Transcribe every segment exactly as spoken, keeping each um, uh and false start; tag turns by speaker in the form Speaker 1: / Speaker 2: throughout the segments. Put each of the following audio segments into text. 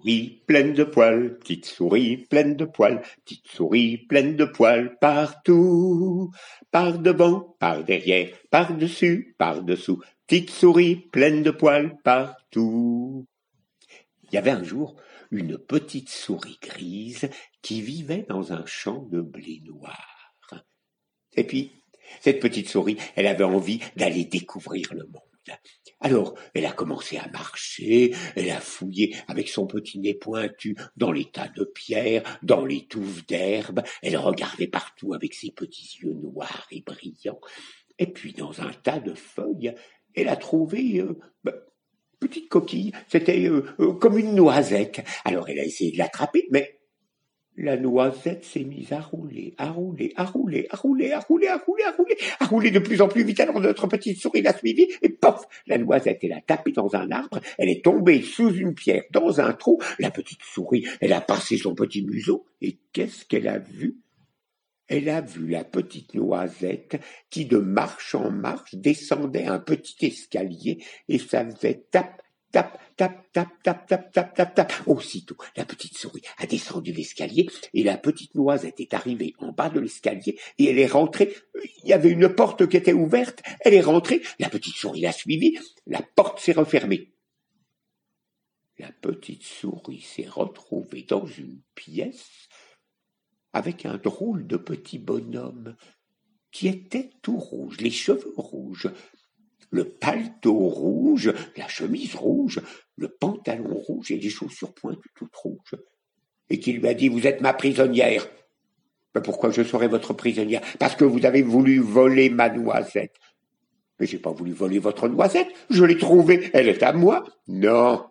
Speaker 1: souris pleine de poils, petite souris pleine de poils, petite souris pleine de poils partout, par devant, par derrière, par dessus, par dessous, petite souris pleine de poils partout. Il y avait un jour une petite souris grise qui vivait dans un champ de blé noir. Et puis, cette petite souris, elle avait envie d'aller découvrir le monde. Alors, elle a commencé à marcher, elle a fouillé avec son petit nez pointu dans les tas de pierres, dans les touffes d'herbe, elle regardait partout avec ses petits yeux noirs et brillants. Et puis, dans un tas de feuilles, elle a trouvé euh, bah, une petite coquille, c'était euh, euh, comme une noisette. Alors, elle a essayé de l'attraper, mais la noisette s'est mise à rouler, à rouler, à rouler, à rouler, à rouler, à rouler, à rouler, à rouler de plus en plus vite. Alors notre petite souris l'a suivie et pof, la noisette, elle a tapé dans un arbre, elle est tombée sous une pierre, dans un trou. La petite souris, elle a passé son petit museau et qu'est-ce qu'elle a vu? Elle a vu la petite noisette qui, de marche en marche, descendait un petit escalier et ça faisait tap, tap, tap, tap, tap, tap, tap, tap, tap. Aussitôt, la petite souris a descendu l'escalier et la petite noisette est arrivée en bas de l'escalier et elle est rentrée. Il y avait une porte qui était ouverte. Elle est rentrée. La petite souris l'a suivie. La porte s'est refermée. La petite souris s'est retrouvée dans une pièce avec un drôle de petit bonhomme qui était tout rouge, les cheveux rouges, le paletot rouge, la chemise rouge, le pantalon rouge et les chaussures pointues toutes rouges. Et qui lui a dit « Vous êtes ma prisonnière ». Mais pourquoi je serais votre prisonnière? Parce que vous avez voulu voler ma noisette. Mais j'ai pas voulu voler votre noisette, je l'ai trouvée, elle est à moi. Non.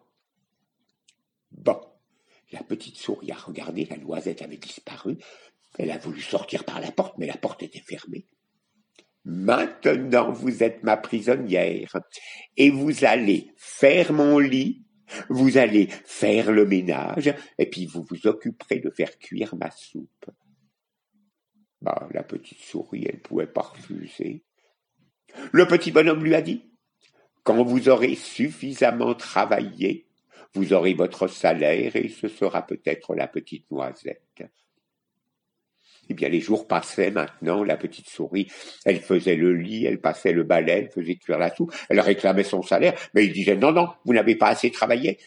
Speaker 1: Bon, la petite souris a regardé, la noisette avait disparu. Elle a voulu sortir par la porte, mais la porte était fermée. Maintenant, vous êtes ma prisonnière et vous allez faire mon lit, vous allez faire le ménage et puis vous vous occuperez de faire cuire ma soupe. Bah, la petite souris, elle ne pouvait pas refuser. Le petit bonhomme lui a dit, quand vous aurez suffisamment travaillé, vous aurez votre salaire et ce sera peut-être la petite noisette. Eh bien, les jours passaient maintenant, la petite souris, elle faisait le lit, elle passait le balai, elle faisait cuire la soupe, elle réclamait son salaire, mais il disait, non, non, vous n'avez pas assez travaillé.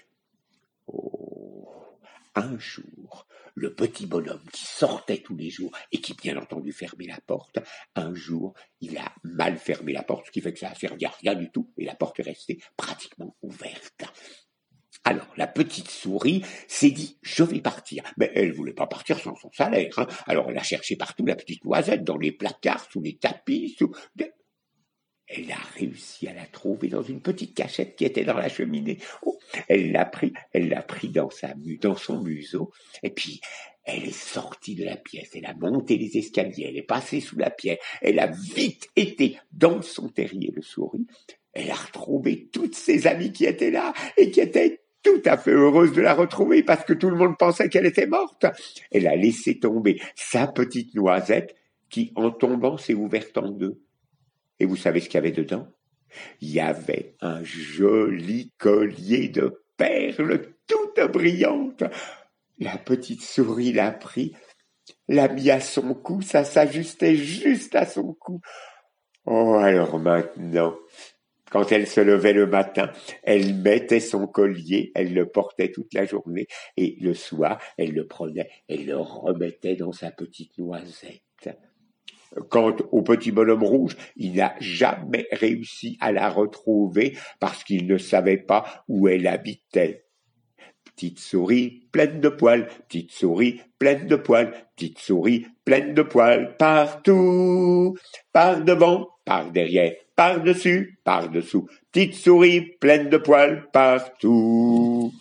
Speaker 1: Oh, un jour, le petit bonhomme qui sortait tous les jours et qui, bien entendu, fermait la porte, un jour, il a mal fermé la porte, ce qui fait que ça a servi à rien du tout, et la porte est restée pratiquement ouverte. Alors, la petite souris s'est dit, je vais partir. Mais elle voulait pas partir sans son salaire. Hein. Alors, elle a cherché partout la petite noisette, dans les placards, sous les tapis, sous... Elle a réussi à la trouver dans une petite cachette qui était dans la cheminée. Oh, elle l'a pris, elle l'a pris dans sa mu, dans son museau, et puis elle est sortie de la pièce, elle a monté les escaliers, elle est passée sous la pierre, elle a vite été dans son terrier de souris. Elle a retrouvé toutes ses amies qui étaient là et qui étaient tout à fait heureuse de la retrouver parce que tout le monde pensait qu'elle était morte. Elle a laissé tomber sa petite noisette qui, en tombant, s'est ouverte en deux. Et vous savez ce qu'il y avait dedans? Il y avait un joli collier de perles toutes brillantes. La petite souris l'a pris, l'a mis à son cou, ça s'ajustait juste à son cou. Oh, alors maintenant... Quand elle se levait le matin, elle mettait son collier, elle le portait toute la journée, et le soir, elle le prenait et le remettait dans sa petite noisette. Quant au petit bonhomme rouge, il n'a jamais réussi à la retrouver parce qu'il ne savait pas où elle habitait. Petite souris pleine de poils, petite souris pleine de poils, petite souris pleine de poils partout, par devant, par derrière, par dessus, par dessous, petite souris pleine de poils partout.